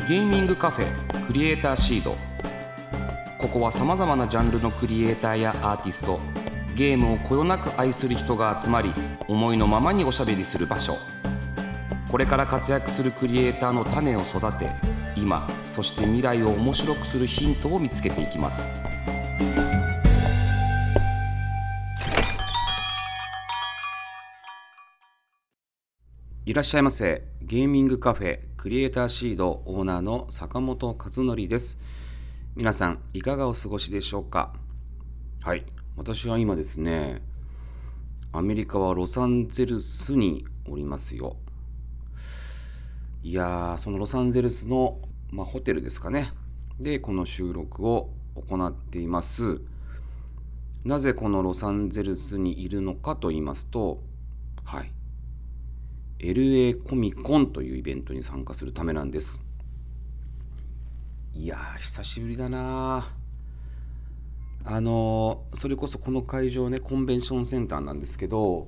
ゲーミングカフェクリエイターシード。ここはさまざまなジャンルのクリエイターやアーティスト、ゲームをこよなく愛する人が集まり、思いのままにおしゃべりする場所。これから活躍するクリエイターの種を育て、今そして未来を面白くするヒントを見つけていきます。いらっしゃいませ。ゲーミングカフェクリエイターシードオーナーの坂本和則です。皆さんいかがお過ごしでしょうか。はい、私は今ですね、アメリカはロサンゼルスにおりますよ。いやー、そのロサンゼルスの、ホテルですかねでこの収録を行っています。なぜこのロサンゼルスにいるのかと言いますと、LA コミコンというイベントに参加するためなんです。いやー、久しぶりだな。それこそこの会場ね、コンベンションセンターなんですけど、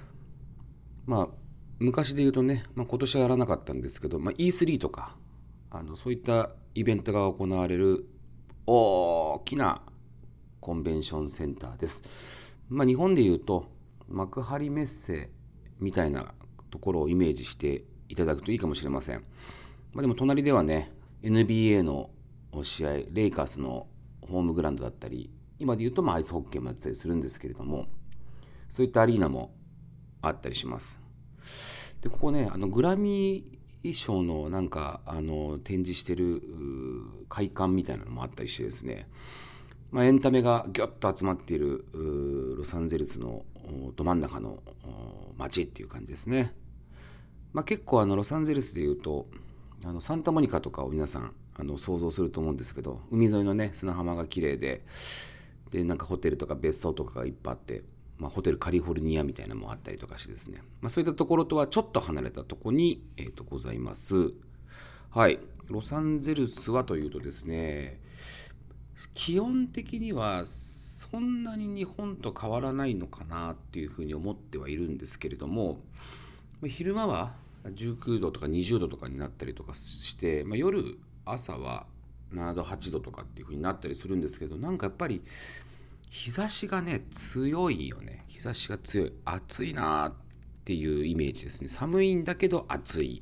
昔で言うとね、今年はやらなかったんですけど、E3 とかそういったイベントが行われる大きなコンベンションセンターです。日本で言うと幕張メッセみたいなところをイメージしていただくといいかもしれません。でも隣ではね、 NBA の試合、レイカーズのホームグラウンドだったり、今で言うとアイスホッケーもやったりするんですけれども、そういったアリーナもあったりします。でここね、グラミー賞の展示してる会館みたいなのもあったりしてですね、エンタメがギュッと集まっているロサンゼルスのど真ん中の街っていう感じですね。結構ロサンゼルスでいうとサンタモニカとかを皆さん想像すると思うんですけど、海沿いのね砂浜が綺麗で、ホテルとか別荘とかがいっぱいあって、ホテルカリフォルニアみたいなのもあったりとかしてですね、そういったところとはちょっと離れたところに、ございます。はい、ロサンゼルスはというとですね、気温的にはそんなに日本と変わらないのかなっていうふうに思ってはいるんですけれども、昼間は19度とか20度とかになったりとかして、夜朝は7度8度とかっていう風になったりするんですけど、やっぱり日差しがね強いよね。日差しが強い、暑いなっていうイメージですね。寒いんだけど暑い。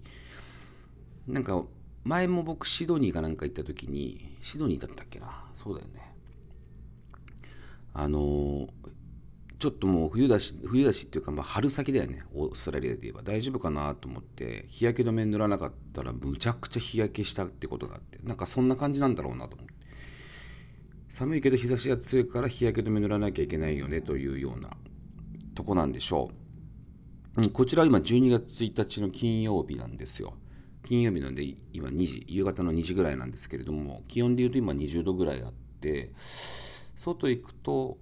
前も僕シドニーか行った時に、シドニーだったっけな、そうだよね、ちょっともう冬だしっていうか、春先だよね。オーストラリアで言えば大丈夫かなと思って日焼け止め塗らなかったらむちゃくちゃ日焼けしたってことがあって、そんな感じなんだろうなと思って、寒いけど日差しが強いから日焼け止め塗らなきゃいけないよねというようなとこなんでしょう。こちらは今12月1日の金曜日なんですよ。金曜日なんで今夕方の2時ぐらいなんですけれども、気温でいうと今20度ぐらいあって、外行くと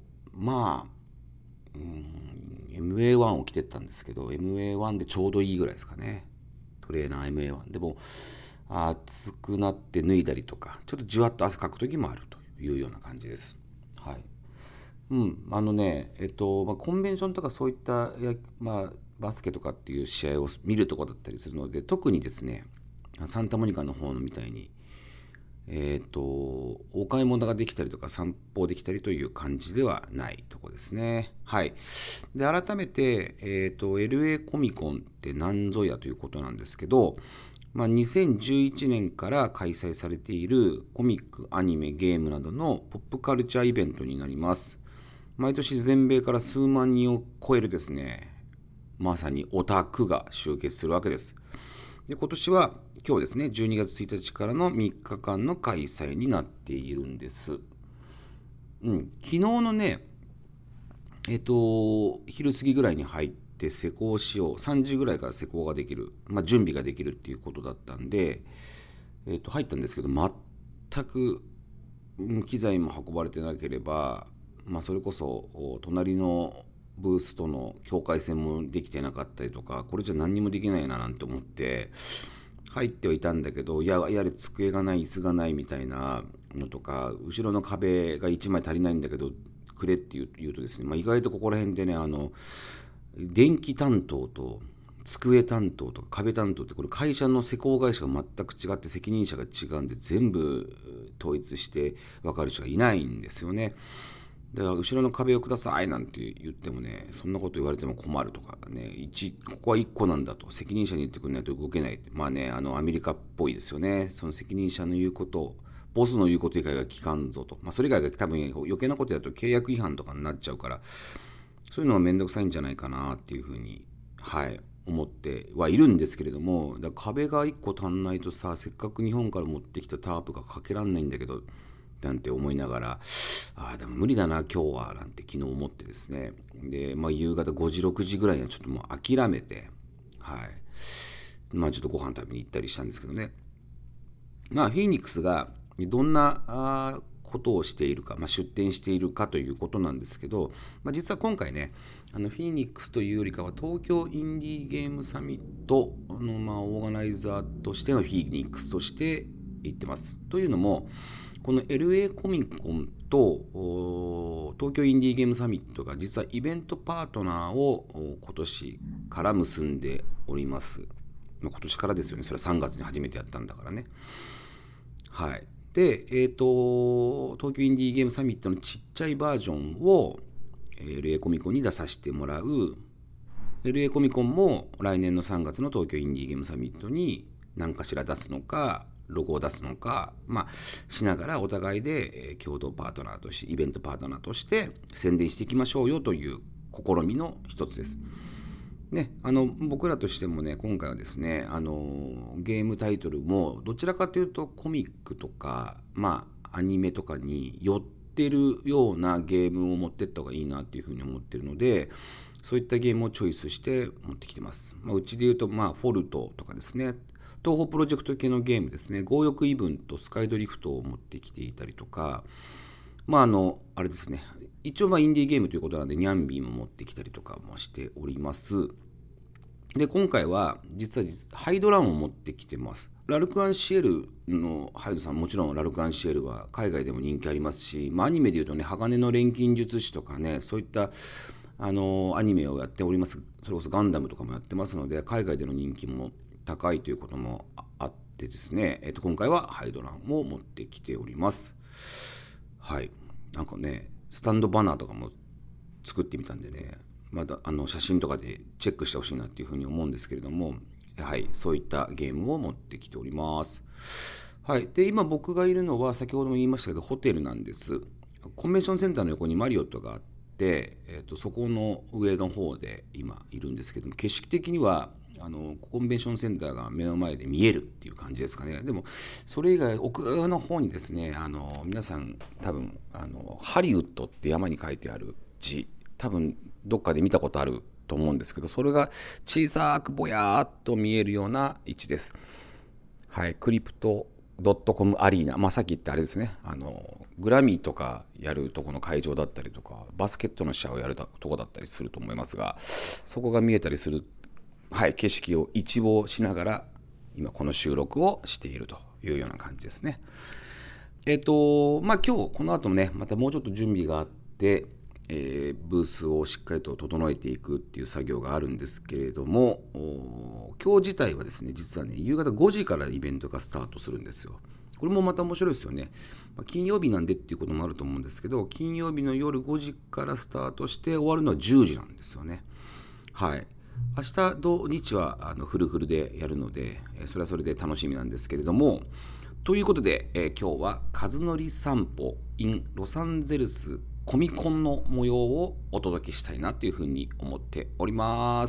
MA1 を着てったんですけど、 MA1 でちょうどいいぐらいですかね。トレーナー MA1 でも暑くなって脱いだりとか、ちょっとじわっと汗かく時もあるというような感じです。はい。コンベンションとかそういったバスケとかっていう試合を見るところだったりするので、特にですねサンタモニカの方のみたいにお買い物ができたりとか散歩できたりという感じではないところですね。はい。で改めて、LA コミコンって何ぞやということなんですけど、2011年から開催されているコミック、アニメ、ゲームなどのポップカルチャーイベントになります。毎年全米から数万人を超えるですね、まさにオタクが集結するわけです。で今年は今日ですね、12月1日からの3日間の開催になっているんです。昨日のね、昼過ぎぐらいに入って施工しよう、3時ぐらいから施工ができる、準備ができるっていうことだったんで、入ったんですけど、全く機材も運ばれてなければ、それこそ隣のブースとの境界線もできてなかったりとか、これじゃ何にもできないななんて思って入ってはいたんだけど、やれ机がない、椅子がないみたいなのとか、後ろの壁が1枚足りないんだけどくれって言うとですね、意外とここら辺でね、電気担当と机担当とか壁担当って、これ会社の施工会社が全く違って責任者が違うんで、全部統一して分かる人がいないんですよね。だから後ろの壁をくださいなんて言ってもね、そんなこと言われても困るとかね、ここは1個なんだと責任者に言ってくれないと動けないって、まあね、アメリカっぽいですよね。その責任者の言うことボスの言うこと以外が聞かんぞと、それ以外が多分余計なことやると契約違反とかになっちゃうから、そういうのはめんどくさいんじゃないかなっていうふうに思ってはいるんですけれども、だから壁が1個足んないとさ、せっかく日本から持ってきたタープがかけらんないんだけどなんて思いながら、でも無理だな今日はなんて昨日思ってですね。で、夕方5時6時ぐらいにはちょっともう諦めて、ちょっとご飯食べに行ったりしたんですけどね。フィニックスがどんなことをしているか、出展しているかということなんですけど、実は今回ね、フィニックスというよりかは東京インディーゲームサミットの、オーガナイザーとしてのフィニックスとして行ってます。というのも、この LA コミコンと東京インディーゲームサミットが実はイベントパートナーを今年から結んでおります。今年からですよね。それは3月に初めてやったんだからね。で、東京インディーゲームサミットのちっちゃいバージョンを LA コミコンに出させてもらう。 LA コミコンも来年の3月の東京インディーゲームサミットに何かしら出すのか、ロゴを出すのか、しながらお互いで共同パートナーとしてイベントパートナーとして宣伝していきましょうよという試みの一つです。ね、僕らとしてもね、今回はですね、ゲームタイトルもどちらかというとコミックとか、アニメとかに寄ってるようなゲームを持ってった方がいいなっていうふうに思ってるので、そういったゲームをチョイスして持ってきてます。うちでいうと、フォルトとかですね、東宝プロジェクト系のゲームですね、強欲イブンとスカイドリフトを持ってきていたりとか、あれですね、一応インディーゲームということなのでニャンビーも持ってきたりとかもしております。で、今回は実はハイドランを持ってきてます。ラルク・アンシエルのハイドさん、もちろんラルク・アンシエルは海外でも人気ありますし、アニメでいうとね、鋼の錬金術師とかね、そういったアニメをやっております。それこそガンダムとかもやってますので、海外での人気も高いということもあってですね、今回はハイドランを持ってきております。なんかね、スタンドバナーとかも作ってみたんでね、まだ写真とかでチェックしてほしいなっていうふうに思うんですけれども、そういったゲームを持ってきております。で、今僕がいるのは先ほども言いましたけどホテルなんです。コンベンションセンターの横にマリオットがあって、そこの上の方で今いるんですけども、景色的にはコンベンションセンターが目の前で見えるっていう感じですかね。でもそれ以外奥の方にですね、皆さん多分ハリウッドって山に書いてある字、多分どっかで見たことあると思うんですけど、それが小さくぼやーっと見えるような位置です。クリプト.com アリーナ、さっき言ったあれですね、グラミーとかやるとこの会場だったりとか、バスケットの試合をやるとこだったりすると思いますが、そこが見えたりする景色を一望しながら今この収録をしているというような感じですね。今日この後もね、またもうちょっと準備があって、ブースをしっかりと整えていくっていう作業があるんですけれども、今日自体はですね、実はね、夕方5時からイベントがスタートするんですよ。これもまた面白いですよね。金曜日なんでっていうこともあると思うんですけど、金曜日の夜5時からスタートして終わるのは10時なんですよね。明日土日はフルフルでやるので、それはそれで楽しみなんですけれども、ということで、今日は和則散歩 in ロサンゼルスコミコンの模様をお届けしたいなというふうに思っております。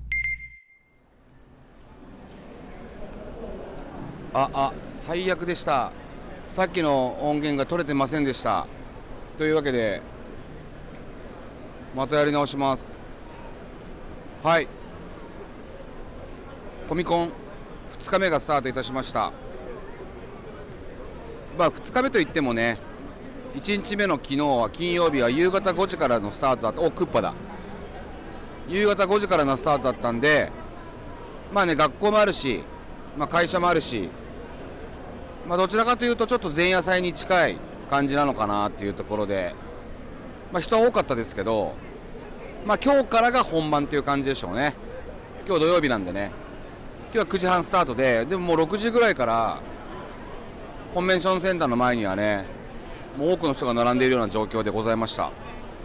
最悪でした。さっきの音源が取れてませんでした。というわけでまたやり直します。コミコン2日目がスタートいたしました。2日目といってもね、1日目の昨日は金曜日は夕方5時からのスタートだった。クッパだ。夕方5時からのスタートだったんで、学校もあるし、会社もあるし、どちらかというとちょっと前夜祭に近い感じなのかなっていうところで、人は多かったですけど、今日からが本番っていう感じでしょうね。 今日土曜日なんでね、今日は9時半スタートで、でももう6時ぐらいからコンベンションセンターの前にはね、もう多くの人が並んでいるような状況でございました。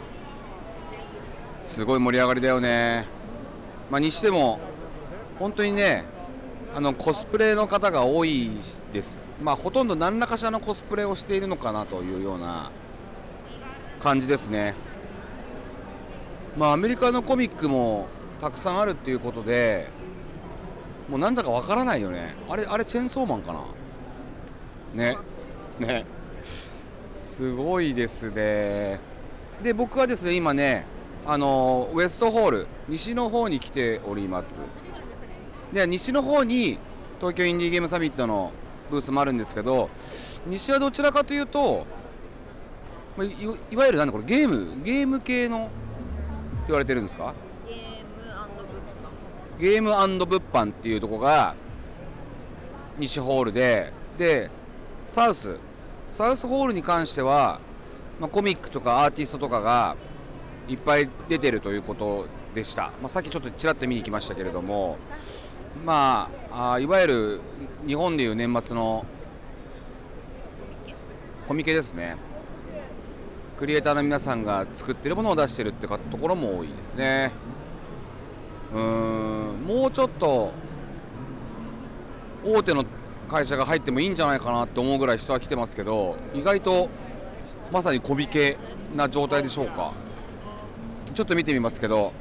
すごい盛り上がりだよね。にしても本当にね、コスプレの方が多いです。ほとんど何らかしらのコスプレをしているのかなというような感じですね。アメリカのコミックもたくさんあるっていうことで、もうなんだかわからないよね。あれチェンソーマンかなねすごいですね。で、僕はですね、今ね、ウエストホール西の方に来ております。で、西の方に東京インディーゲームサミットのブースもあるんですけど、西はどちらかというと、いわゆるこれゲーム系のって言われてるんですか？ゲーム&物販っていうところが西ホールで、サウスホールに関しては、コミックとかアーティストとかがいっぱい出てるということでした。さっきちょっとちらっと見に来ましたけれども、いわゆる日本でいう年末のコミケですね。クリエイターの皆さんが作ってるものを出してるってところも多いですね。もうちょっと大手の会社が入ってもいいんじゃないかなって思うぐらい人は来てますけど、意外とまさにコミケな状態でしょうか。ちょっと見てみますけど、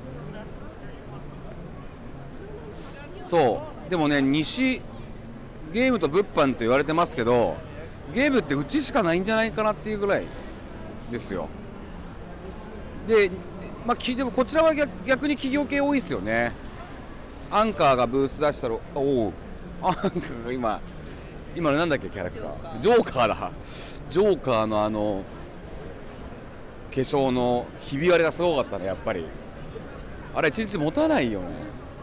そうでもね、西ゲームと物販と言われてますけど、ゲームってうちしかないんじゃないかなっていうぐらいですよ。で、でもこちらは逆に企業系多いですよね。アンカーがブース出したら、アンカーが今のなんだっけ、キャラクタージョーカーだ。ジョーカーの化粧のひび割れがすごかったね。やっぱりあれ一日持たないよね。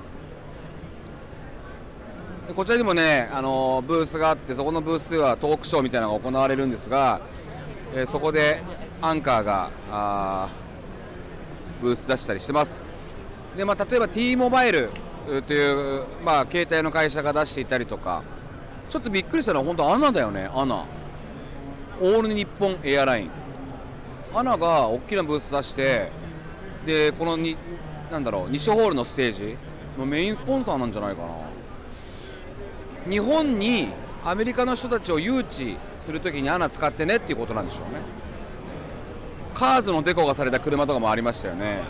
でこちらにもね、ブースがあって、そこのブースではトークショーみたいなのが行われるんですが、そこでアンカーがブース出したりしてます。で、例えば T モバイルという、携帯の会社が出していたりとか、ちょっとびっくりしたのは本当アナだよね。アナオール日本エアライン、アナが大きなブース出して、でこの西ホールのステージのメインスポンサーなんじゃないかな。日本にアメリカの人たちを誘致するときにアナ使ってねっていうことなんでしょうね。カーズのデコがされた車とかもありましたよね。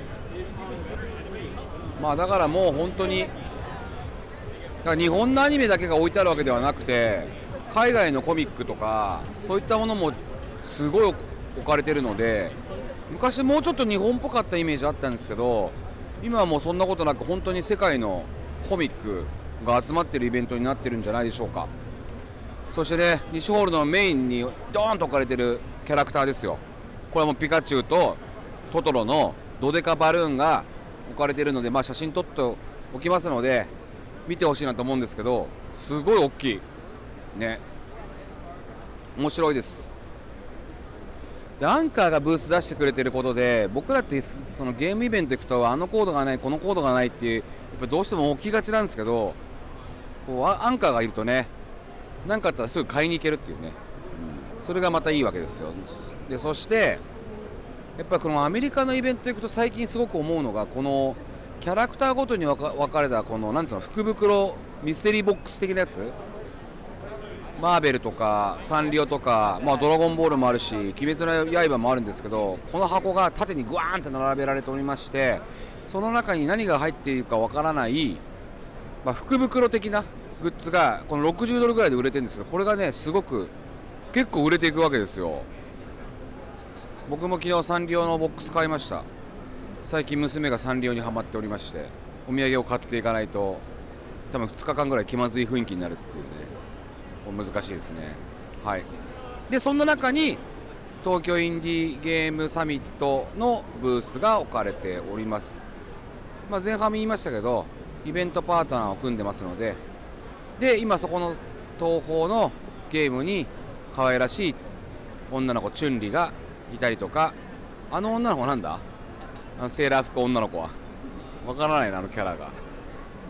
だからもう本当に日本のアニメだけが置いてあるわけではなくて、海外のコミックとかそういったものもすごい置かれてるので、昔もうちょっと日本っぽかったイメージあったんですけど、今はもうそんなことなく本当に世界のコミックが集まってるイベントになってるんじゃないでしょうか。そしてね、西ホールのメインにドーンと置かれてるキャラクターですよ。これはもうピカチュウとトトロのドデカバルーンが置かれているので、写真撮っておきますので見てほしいなと思うんですけど、すごい大きいね。面白いです。で、アンカーがブース出してくれてることで、僕らってそのゲームイベント行くと、あのコードがないこのコードがないっていう、やっぱどうしても起きがちなんですけど、アンカーがいるとね、何かあったらすぐ買いに行けるっていうね、それがまたいいわけですよ。で、そしてやっぱりこのアメリカのイベント行くと最近すごく思うのが、このキャラクターごとに分かれたこの福袋ミステリーボックス的なやつ、マーベルとかサンリオとか、ドラゴンボールもあるし鬼滅の刃もあるんですけど、この箱が縦にグワーンって並べられておりまして、その中に何が入っているか分からない、福袋的なグッズがこの60ドルぐらいで売れてるんですけど、これがねすごく結構売れていくわけですよ。僕も昨日サンリオのボックス買いました。最近娘がサンリオにハマっておりまして、お土産を買っていかないと多分2日間ぐらい気まずい雰囲気になるっていうね、難しいですね。はい。で、そんな中に東京インディーゲームサミットのブースが置かれております。前半も言いましたけど、イベントパートナーを組んでますので、今そこの東宝のゲームに可愛らしい女の子チュンリがいたりとか、あの女の子なんだ、セーラー服女の子はわからないな、あのキャラが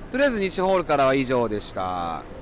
とりあえず西ホールからは以上でした。